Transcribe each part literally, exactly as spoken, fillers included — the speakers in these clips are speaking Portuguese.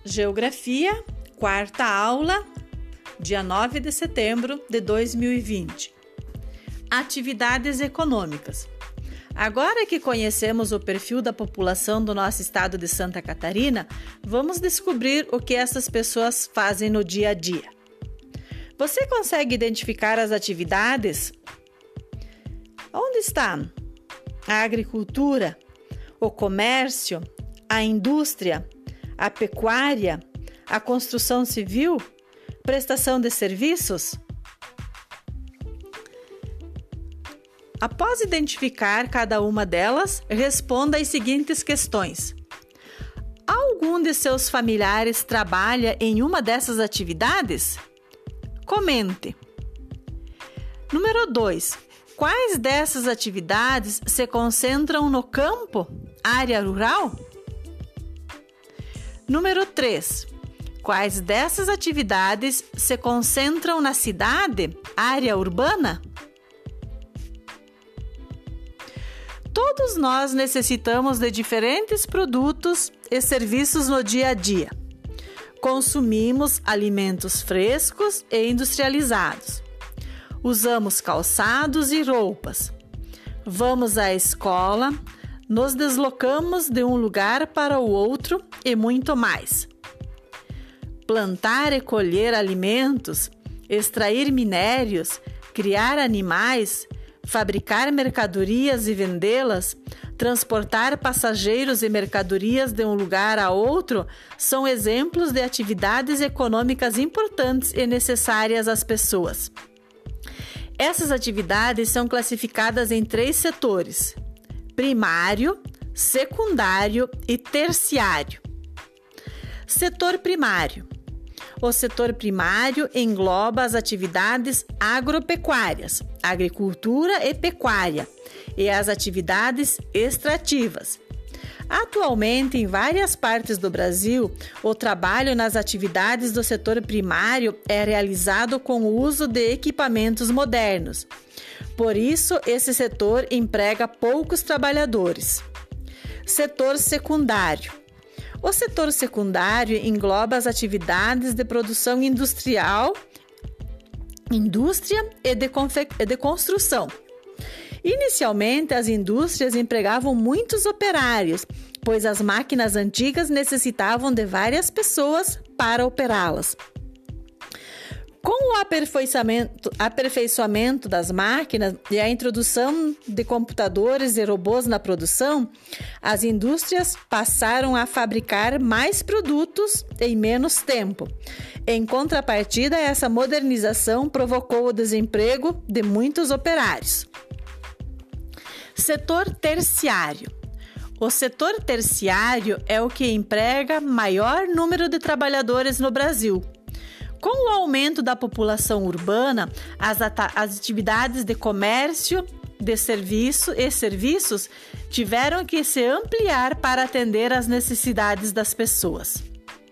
Geografia, quarta aula, dia nove de setembro de dois mil e vinte. Atividades econômicas. Agora que conhecemos o perfil da população do nosso estado de Santa Catarina, vamos descobrir o que essas pessoas fazem no dia a dia. Você consegue identificar as atividades? Onde está a agricultura, o comércio, a indústria, a pecuária, a construção civil, prestação de serviços? Após identificar cada uma delas, responda as seguintes questões. Algum de seus familiares trabalha em uma dessas atividades? Comente. Número dois. Quais dessas atividades se concentram no campo, área rural? Número três. Quais dessas atividades se concentram na cidade, área urbana? Todos nós necessitamos de diferentes produtos e serviços no dia a dia. Consumimos alimentos frescos e industrializados. Usamos calçados e roupas. Vamos à escola, nos deslocamos de um lugar para o outro e muito mais. Plantar e colher alimentos, extrair minérios, criar animais, fabricar mercadorias e vendê-las, transportar passageiros e mercadorias de um lugar a outro são exemplos de atividades econômicas importantes e necessárias às pessoas. Essas atividades são classificadas em três setores: primário, secundário e terciário. Setor primário. O setor primário engloba as atividades agropecuárias, agricultura e pecuária, e as atividades extrativas. Atualmente, em várias partes do Brasil, o trabalho nas atividades do setor primário é realizado com o uso de equipamentos modernos. Por isso, esse setor emprega poucos trabalhadores. Setor secundário. O setor secundário engloba as atividades de produção industrial, indústria e de, confe- e de construção. Inicialmente, as indústrias empregavam muitos operários, pois as máquinas antigas necessitavam de várias pessoas para operá-las. Com o aperfeiçoamento, aperfeiçoamento das máquinas e a introdução de computadores e robôs na produção, as indústrias passaram a fabricar mais produtos em menos tempo. Em contrapartida, essa modernização provocou o desemprego de muitos operários. Setor terciário. O setor terciário é o que emprega maior número de trabalhadores no Brasil. Com o aumento da população urbana, as, as atividades de comércio de serviço e serviços tiveram que se ampliar para atender às necessidades das pessoas.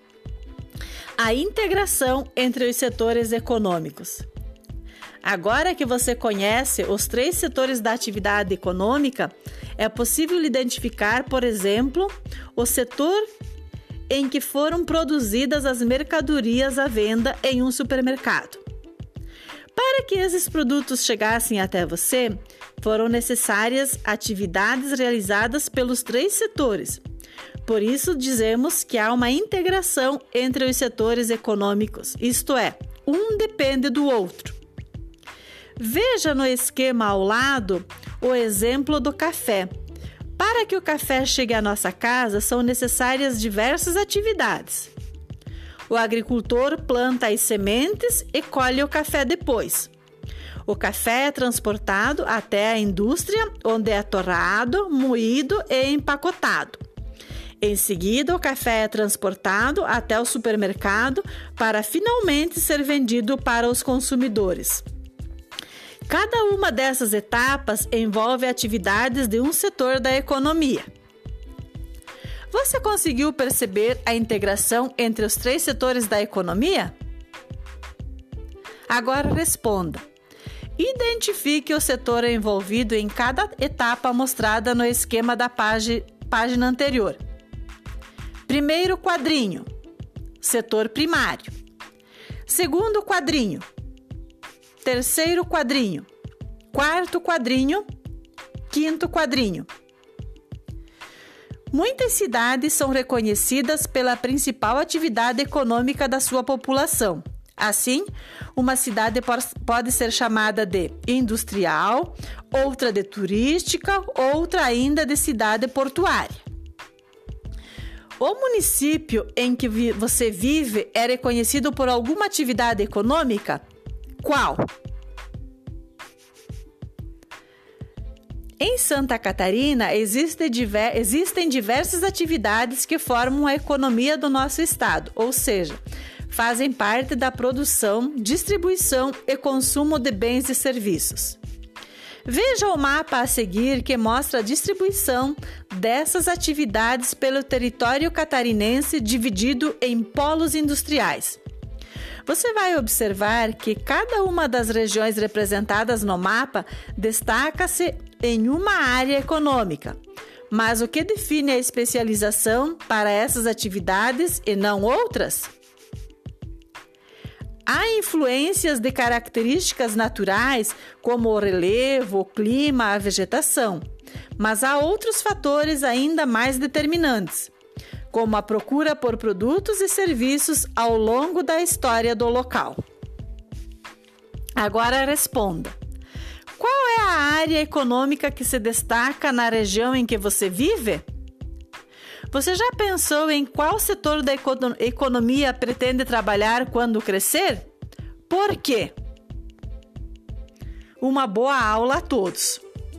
A integração entre os setores econômicos. Agora que você conhece os três setores da atividade econômica, é possível identificar, por exemplo, o setor em que foram produzidas as mercadorias à venda em um supermercado. Para que esses produtos chegassem até você, foram necessárias atividades realizadas pelos três setores. Por isso, dizemos que há uma integração entre os setores econômicos, isto é, um depende do outro. Veja no esquema ao lado o exemplo do café. Para que o café chegue à nossa casa, são necessárias diversas atividades. O agricultor planta as sementes e colhe o café depois. O café é transportado até a indústria, onde é torrado, moído e empacotado. Em seguida, o café é transportado até o supermercado para finalmente ser vendido para os consumidores. Cada uma dessas etapas envolve atividades de um setor da economia. Você conseguiu perceber a integração entre os três setores da economia? Agora responda. Identifique o setor envolvido em cada etapa mostrada no esquema da página, página anterior. Primeiro quadrinho, setor primário. Segundo quadrinho, terceiro quadrinho, quarto quadrinho, quinto quadrinho. Muitas cidades são reconhecidas pela principal atividade econômica da sua população. Assim, uma cidade pode ser chamada de industrial, outra de turística, outra ainda de cidade portuária. O município em que você vive é reconhecido por alguma atividade econômica? Qual? Em Santa Catarina, existe diver, existem diversas atividades que formam a economia do nosso estado, ou seja, fazem parte da produção, distribuição e consumo de bens e serviços. Veja o mapa a seguir que mostra a distribuição dessas atividades pelo território catarinense dividido em polos industriais. Você vai observar que cada uma das regiões representadas no mapa destaca-se em uma área econômica. Mas o que define a especialização para essas atividades e não outras? Há influências de características naturais, como o relevo, o clima, a vegetação, mas há outros fatores ainda mais determinantes, como a procura por produtos e serviços ao longo da história do local. Agora responda: qual é a área econômica que se destaca na região em que você vive? Você já pensou em qual setor da economia pretende trabalhar quando crescer? Por quê? Uma boa aula a todos!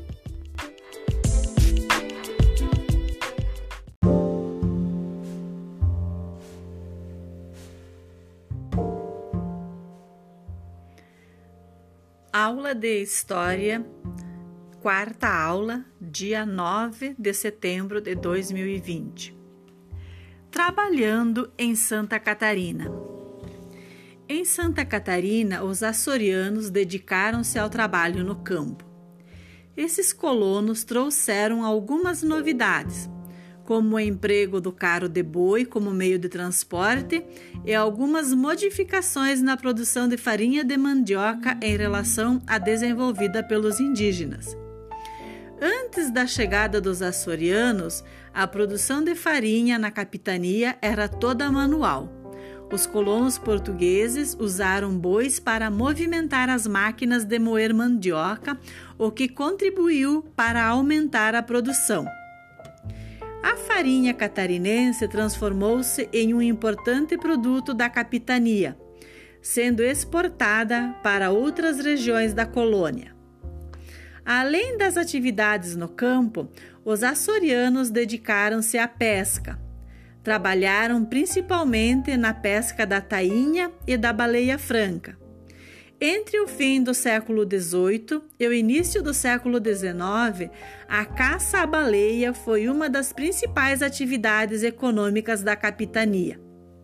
Aula de História, quarta aula, dia nove de setembro de dois mil e vinte. Trabalhando em Santa Catarina. Em Santa Catarina, os açorianos dedicaram-se ao trabalho no campo. Esses colonos trouxeram algumas novidades, como o emprego do carro de boi como meio de transporte e algumas modificações na produção de farinha de mandioca em relação à desenvolvida pelos indígenas. Antes da chegada dos açorianos, a produção de farinha na capitania era toda manual. Os colonos portugueses usaram bois para movimentar as máquinas de moer mandioca, o que contribuiu para aumentar a produção. A farinha catarinense transformou-se em um importante produto da capitania, sendo exportada para outras regiões da colônia. Além das atividades no campo, os açorianos dedicaram-se à pesca. Trabalharam principalmente na pesca da tainha e da baleia franca. Entre o fim do século dezoito e o início do século dezenove, a caça à baleia foi uma das principais atividades econômicas da capitania.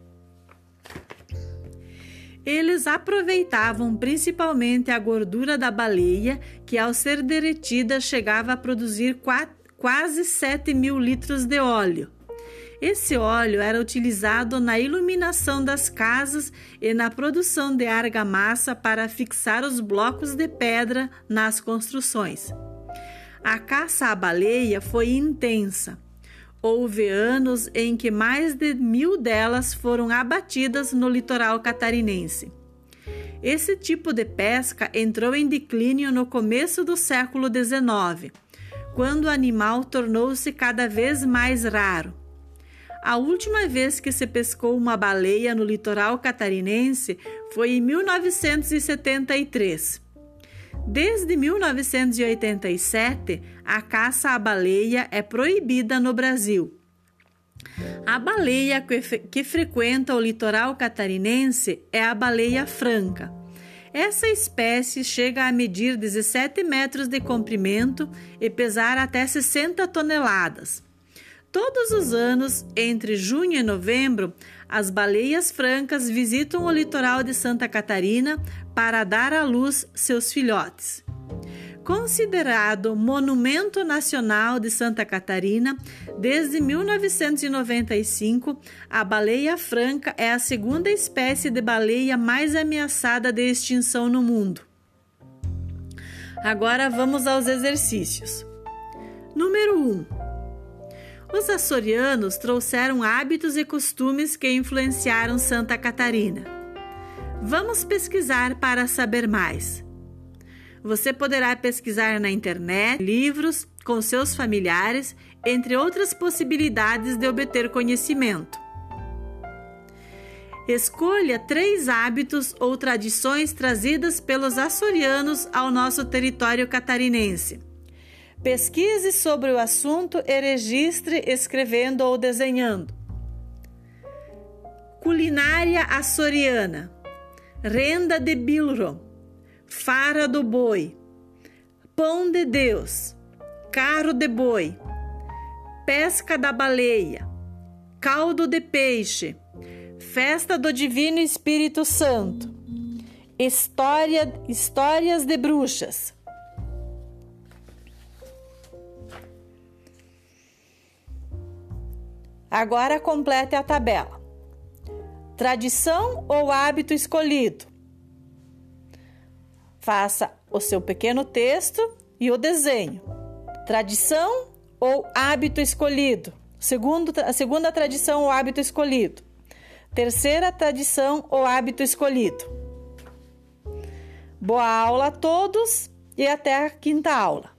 Eles aproveitavam principalmente a gordura da baleia, que ao ser derretida chegava a produzir quase sete mil litros de óleo. Esse óleo era utilizado na iluminação das casas e na produção de argamassa para fixar os blocos de pedra nas construções. A caça à baleia foi intensa. Houve anos em que mais de mil delas foram abatidas no litoral catarinense. Esse tipo de pesca entrou em declínio no começo do século dezenove, quando o animal tornou-se cada vez mais raro. A última vez que se pescou uma baleia no litoral catarinense foi em mil novecentos e setenta e três. Desde mil novecentos e oitenta e sete, a caça à baleia é proibida no Brasil. A baleia que frequenta o litoral catarinense é a baleia franca. Essa espécie chega a medir dezessete metros de comprimento e pesar até sessenta toneladas. Todos os anos, entre junho e novembro, as baleias francas visitam o litoral de Santa Catarina para dar à luz seus filhotes. considerado Monumento Nacional de Santa Catarina desde mil novecentos e noventa e cinco. A baleia franca é a segunda espécie de baleia mais ameaçada de extinção no mundo. Agora vamos aos exercícios. Número um. Os açorianos trouxeram hábitos e costumes que influenciaram Santa Catarina. Vamos pesquisar para saber mais. Você poderá pesquisar na internet, livros, com seus familiares, entre outras possibilidades de obter conhecimento. Escolha três hábitos ou tradições trazidas pelos açorianos ao nosso território catarinense. Pesquise sobre o assunto e registre escrevendo ou desenhando. Culinária açoriana: renda de bilro, fara do boi, pão de Deus, carro de boi, pesca da baleia, caldo de peixe, festa do Divino Espírito Santo, história, histórias de bruxas. Agora complete a tabela. Tradição ou hábito escolhido? Faça o seu pequeno texto e o desenho. Tradição ou hábito escolhido? Segundo, a segunda tradição ou hábito escolhido. Terceira tradição ou hábito escolhido. Boa aula a todos e até a quinta aula.